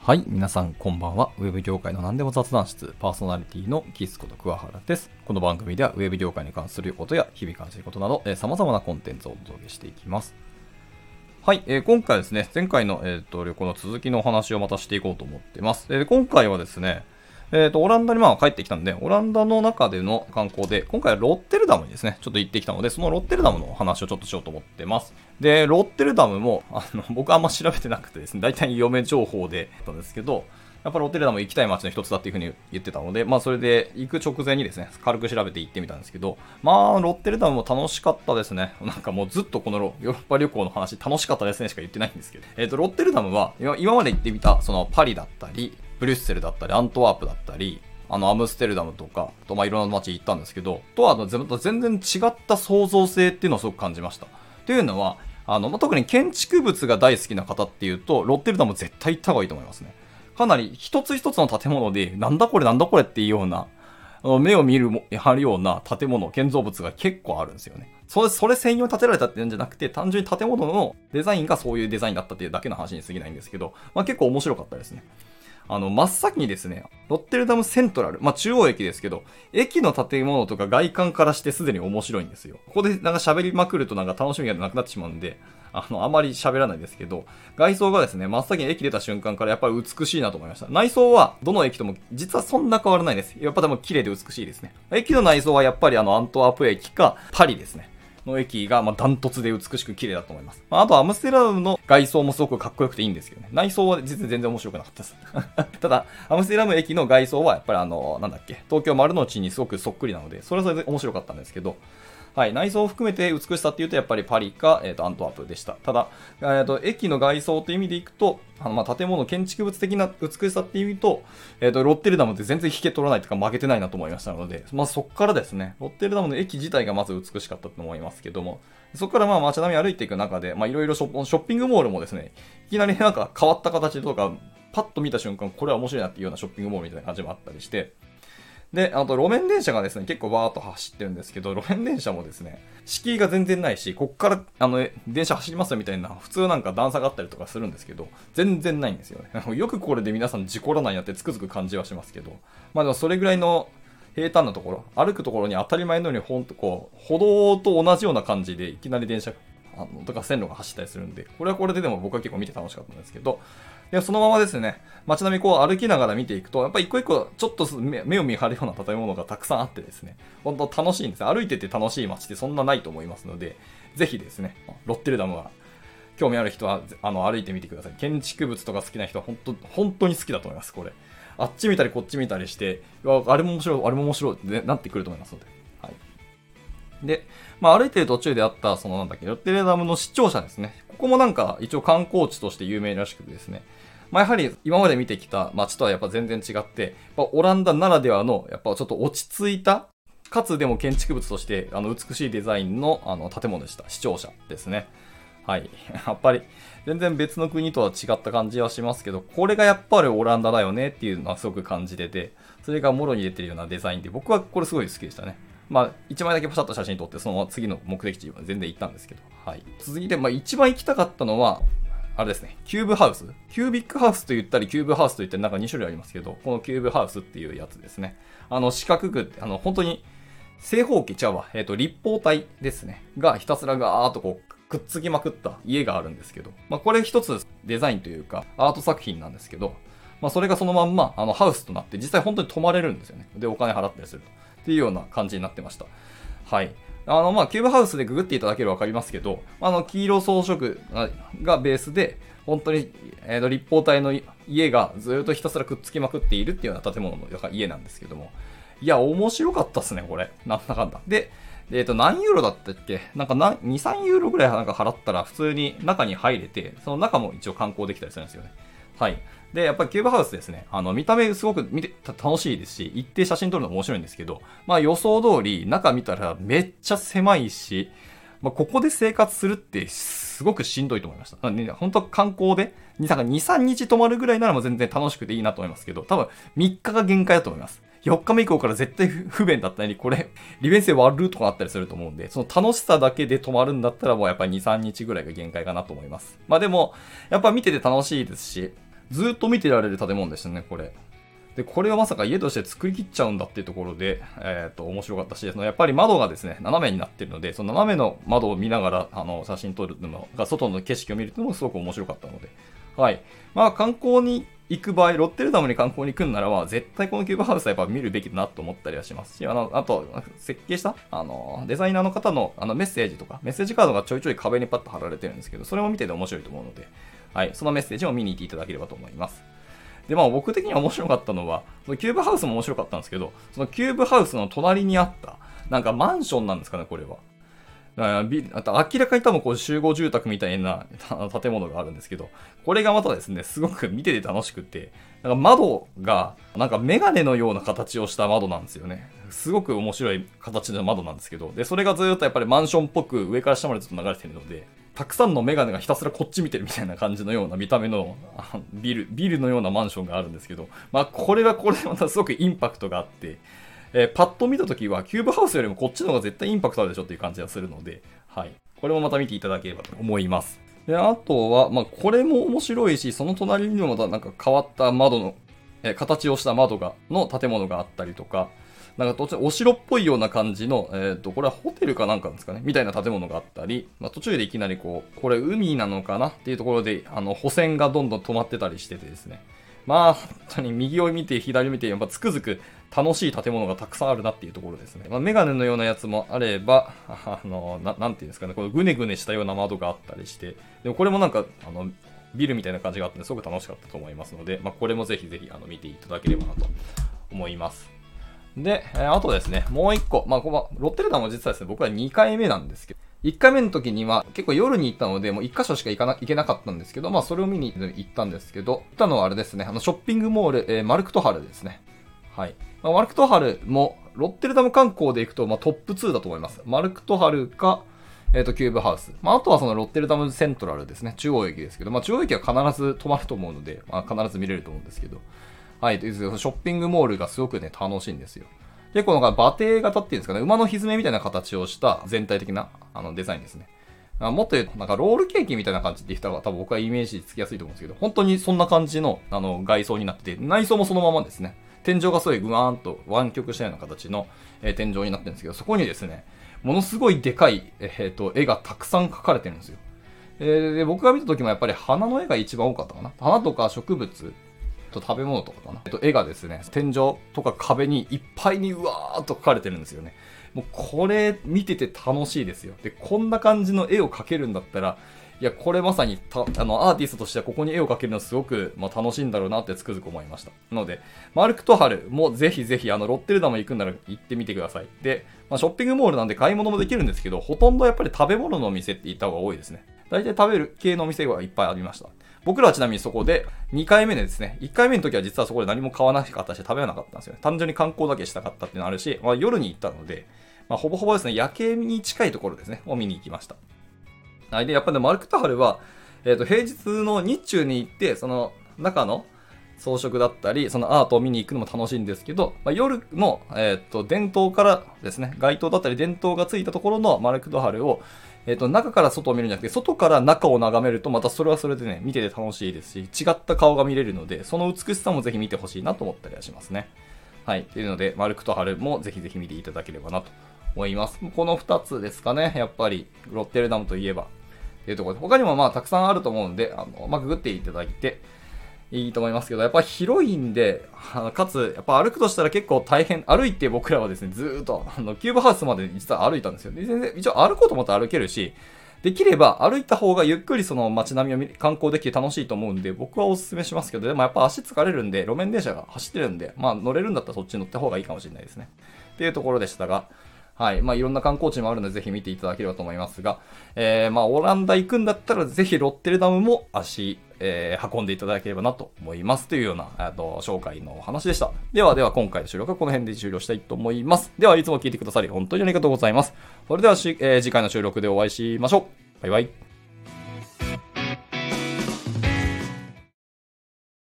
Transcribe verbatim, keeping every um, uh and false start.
はい、皆さんこんばんは。ウェブ業界の何でも雑談室、パーソナリティのキスこと桑原です。この番組ではウェブ業界に関することや日々感じることなど、えー、様々なコンテンツをお届けしていきます。はい、えー、今回ですね、前回の、えー、と旅行の続きのお話をまたしていこうと思っています。えー、今回はですね、えーと、オランダにまあ帰ってきたんで、オランダの中での観光で、今回はロッテルダムにですね、ちょっと行ってきたので、そのロッテルダムのお話をちょっとしようと思ってます。で、ロッテルダムも、あの、僕あんま調べてなくてですね、大体嫁情報でだったんですけど、やっぱりロッテルダム行きたい街の一つだっていう風に言ってたので、まあそれで行く直前にですね、軽く調べて行ってみたんですけど、まあロッテルダムも楽しかったですね。なんかもうずっとこのヨーロッパ旅行の話楽しかったですねしか言ってないんですけど、えっと、ロッテルダムは今まで行ってみた、そのパリだったり、ブリュッセルだったり、アントワープだったり、あの、アムステルダムとか、と、まあ、いろんな街行ったんですけど、とは全然違った創造性っていうのをすごく感じました。というのは、あの、まあ、特に建築物が大好きな方っていうと、ロッテルダム絶対行った方がいいと思いますね。かなり一つ一つの建物で、なんだこれなんだこれっていうような、あの目を見るも、やるような建物、建造物が結構あるんですよね。それ、それ専用に建てられたっていうんじゃなくて、単純に建物のデザインがそういうデザインだったっていうだけの話に過ぎないんですけど、まあ、結構面白かったですね。あの、真っ先にですね、ロッテルダムセントラル、まあ、中央駅ですけど、駅の建物とか外観からしてすでに面白いんですよ。ここでなんか喋りまくるとなんか楽しみがなくなってしまうんで、あの、あまり喋らないですけど、外装がですね、真っ先に駅出た瞬間からやっぱり美しいなと思いました。内装はどの駅とも実はそんな変わらないです。やっぱでも綺麗で美しいですね。駅の内装はやっぱりあの、アントワープ駅かパリですね。の駅が、まあ、ダントツで美しく綺麗だと思います。まあ、あと、アムステルダムの外装もすごくかっこよくていいんですけどね。内装は実は全然面白くなかったです。ただ、アムステルダム駅の外装は、やっぱりあの、なんだっけ、東京丸の内にすごくそっくりなので、それはそれで面白かったんですけど、はい、内装を含めて美しさっていうと、やっぱりパリか、えっと、アントワープでした。ただ、えっと、駅の外装という意味でいくと、あの、まあ、建物、建築物的な美しさっていう意味と、えっと、ロッテルダムって全然引け取らないとか負けてないなと思いましたので、まあ、そっからですね、ロッテルダムの駅自体がまず美しかったと思いますけども、そこからまあ街並み歩いていく中で、まあいろいろショッピングモールもですね、いきなりなんか変わった形とか、パッと見た瞬間、これは面白いなっていうようなショッピングモールみたいな感じもあったりして、で、あと路面電車がですね、結構バーっと走ってるんですけど、路面電車もですね、敷居が全然ないし、こっからあの電車走りますよみたいな、普通なんか段差があったりとかするんですけど、全然ないんですよね。よくこれで皆さん事故らないなってつくづく感じはしますけど、まあでもそれぐらいの平坦なところ、歩くところに当たり前のようにほんとこう、歩道と同じような感じでいきなり電車あのとか線路が走ったりするんで、これはこれででも僕は結構見て楽しかったんですけど、でそのままですね、街並みこう歩きながら見ていくと、やっぱり一個一個ちょっと目を見張るような建物がたくさんあってですね、本当楽しいんです。歩いてて楽しい街ってそんなないと思いますので、ぜひですね、ロッテルダムは興味ある人はあの歩いてみてください。建築物とか好きな人は本当本当に好きだと思います。これ。あっち見たりこっち見たりして、あれも面白い、あれも面白いってなってくると思いますので。はい。で、まあ歩いてる途中であった、そのなんだっけ、ロッテルダムの市庁舎ですね。ここもなんか一応観光地として有名らしくてですね。まあやはり今まで見てきた街とはやっぱ全然違って、やっぱオランダならではの、やっぱちょっと落ち着いた、かつでも建築物としてあの美しいデザインのあの建物でした。市庁舎ですね。はい。やっぱり、全然別の国とは違った感じはしますけど、これがやっぱりオランダだよねっていうのはすごく感じてて、それがもろに出てるようなデザインで、僕はこれすごい好きでしたね。まあ、一枚だけパシャッと写真撮って、その次の目的地は全然行ったんですけど、はい。続いて、まあ一番行きたかったのは、あれですね、キューブハウス。キュービックハウスと言ったり、キューブハウスと言ったり、なんかに種類ありますけど、このキューブハウスっていうやつですね。あの、四角く、あの、本当に、正方形ちゃうわ、えっと、立方体ですね。が、ひたすらガーっとこう、くっつきまくった家があるんですけど、まあこれ一つデザインというかアート作品なんですけど、まあそれがそのまんまあのハウスとなって実際本当に泊まれるんですよね。でお金払ったりするとっていうような感じになってました。はい。あのまあキューブハウスでググっていただければわかりますけど、あの黄色装飾がベースで本当に、えー、と立方体の家がずっとひたすらくっつきまくっているっていうような建物の家なんですけども、いや面白かったっすねこれ。なんだかんだで。えっと、何ユーロだったっけなんかな、に、さんユーロぐらいなんか払ったら普通に中に入れて、その中も一応観光できたりするんですよね。はい。で、やっぱりキューブハウスですね。あの、見た目すごく見て、楽しいですし、一定写真撮るの面白いんですけど、まあ予想通り中見たらめっちゃ狭いし、まあここで生活するってすごくしんどいと思いました。ね、本当観光で、に、さんにち泊まるぐらいならもう全然楽しくていいなと思いますけど、多分みっかが限界だと思います。よっかめ以降から絶対不便だったり、これ、利便性悪るとかあったりすると思うんで、その楽しさだけで泊まるんだったらもうやっぱりに、さんにちぐらいが限界かなと思います。まあでも、やっぱ見てて楽しいですし、 ずっと見てられる建物でしたね、これ。で、これをまさか家として作り切っちゃうんだっていうところで、えっと、面白かったし、そのやっぱり窓がですね、斜めになってるので、その斜めの窓を見ながら、あの、写真撮るのが、外の景色を見るのもすごく面白かったので、はい。まあ、観光に行く場合、ロッテルダムに観光に行くんならば、絶対このキューブハウスはやっぱ見るべきだなと思ったりはしますし、あの、あと、設計した、あの、デザイナーの方の、あの、メッセージとか、メッセージカードがちょいちょい壁にパッと貼られてるんですけど、それも見てて面白いと思うので、はい。そのメッセージを見に行っていただければと思います。で、まあ僕的には面白かったのは、そのキューブハウスも面白かったんですけど、そのキューブハウスの隣にあった、なんかマンションなんですかね、これは。あビあと明らかに多分こう集合住宅みたいな建物があるんですけど、これがまたですね、すごく見てて楽しくて、なんか窓が、なんかメガネのような形をした窓なんですよね。すごく面白い形の窓なんですけど、で、それがずっとやっぱりマンションっぽく上から下までずっと流れてるので、たくさんのメガネがひたすらこっち見てるみたいな感じのような見た目のビル、ビルのようなマンションがあるんですけど、まあこれはこれでまたすごくインパクトがあって、えー、パッと見たときはキューブハウスよりもこっちの方が絶対インパクトあるでしょっていう感じがするので、はい。これもまた見ていただければと思います。で、あとは、まあこれも面白いし、その隣にもまたなんか変わった窓の、えー、形をした窓が、の建物があったりとか、なんか途中、お城っぽいような感じの、えっと、これはホテルかなんかですかねみたいな建物があったり、まあ途中でいきなりこう、これ海なのかなっていうところで、あの、保線がどんどん止まってたりしててですね。まあ、本当に右を見て左を見て、やっぱつくづく楽しい建物がたくさんあるなっていうところですね。まあ、メガネのようなやつもあれば、あの、ななんていうんですかね、このグネグネしたような窓があったりして、でもこれもなんか、あの、ビルみたいな感じがあってすごく楽しかったと思いますので、まあ、これもぜひぜひあの見ていただければなと思います。で、あとですね、もう一個、まあ、ここロッテルダムは実はですね、僕はにかいめなんですけど、いっかいめの時には結構夜に行ったので、もういっ箇所しか行かな、行けなかったんですけど、まあそれを見に行ったんですけど、行ったのはあれですね、あのショッピングモール、えー、マルクトハルですね。はい。まあ、マルクトハルも、ロッテルダム観光で行くと、まあトップツーだと思います。マルクトハルか、えっと、キューブハウス。まああとはそのロッテルダムセントラルですね。中央駅ですけど、まあ中央駅は必ず止まると思うので、まあ必ず見れると思うんですけど、はい。ショッピングモールがすごくね、楽しいんですよ。結構なんか馬蹄型っていうんですかね、馬の蹄みたいな形をした全体的なあのデザインですね。もっと言うと、なんかロールケーキみたいな感じって言った方が多分僕はイメージつきやすいと思うんですけど、本当にそんな感じのあの外装になってて、内装もそのままですね。天井がすごいグワーンと湾曲したような形の、えー、天井になってるんですけど、そこにですね、ものすごいでかい、えー、と絵がたくさん描かれてるんですよ。えー、で僕が見た時もやっぱり花の絵が一番多かったかな。花とか植物、と食べ物とかかな。えっと、絵がですね、天井とか壁にいっぱいにうわーっと描かれてるんですよね。もうこれ見てて楽しいですよ。で、こんな感じの絵を描けるんだったら、いや、これまさにたあのアーティストとしてはここに絵を描けるのはすごく、まあ、楽しいんだろうなってつくづく思いました。なので、マルクトハルもぜひぜひあのロッテルダム行くんなら行ってみてください。で、まあ、ショッピングモールなんで買い物もできるんですけど、ほとんどやっぱり食べ物のお店って言った方が多いですね。大体食べる系のお店がいっぱいありました。僕らはちなみにそこでにかいめでですね、いっかいめの時は実はそこで何も買わなかったし食べなかったんですよね。単純に観光だけしたかったっていうのがあるし、まあ、夜に行ったので、まあ、ほぼほぼですね、夜景に近いところですね、を見に行きました。はい。で、やっぱり、ね、マルクトハルは、えっと、平日の日中に行って、その中の装飾だったり、そのアートを見に行くのも楽しいんですけど、まあ、夜の、えっと、電灯からですね、街灯だったり電灯がついたところのマルクトハルを、えっと、中から外を見るんじゃなくて、外から中を眺めると、またそれはそれでね、見てて楽しいですし、違った顔が見れるので、その美しさもぜひ見てほしいなと思ったりはしますね。はい。というので、マルクトハルもぜひぜひ見ていただければなと思います。この二つですかね。やっぱり、ロッテルダムといえば。っていうところで、他にもまあ、たくさんあると思うんで、あの、まあ、ググっていただいて、いいと思いますけど、やっぱ広いんで、かつ、やっぱ歩くとしたら結構大変、歩いて僕らはですね、ずーっと、あの、キューブハウスまで実は歩いたんですよ。で、全然、一応歩こうと思ったら歩けるし、できれば歩いた方がゆっくりその街並みを観光できて楽しいと思うんで、僕はお勧めしますけど、でもやっぱ足疲れるんで、路面電車が走ってるんで、まあ乗れるんだったらそっちに乗った方がいいかもしれないですね。っていうところでしたが、はい。まあいろんな観光地もあるのでぜひ見ていただければと思いますが、えー、まあオランダ行くんだったらぜひロッテルダムも足、えー、運んでいただければなと思いますというような、あと、紹介のお話でした。ではでは今回の収録はこの辺で終了したいと思います。ではいつも聞いてくださり本当にありがとうございます。それではし、えー、次回の収録でお会いしましょう。バイバイ。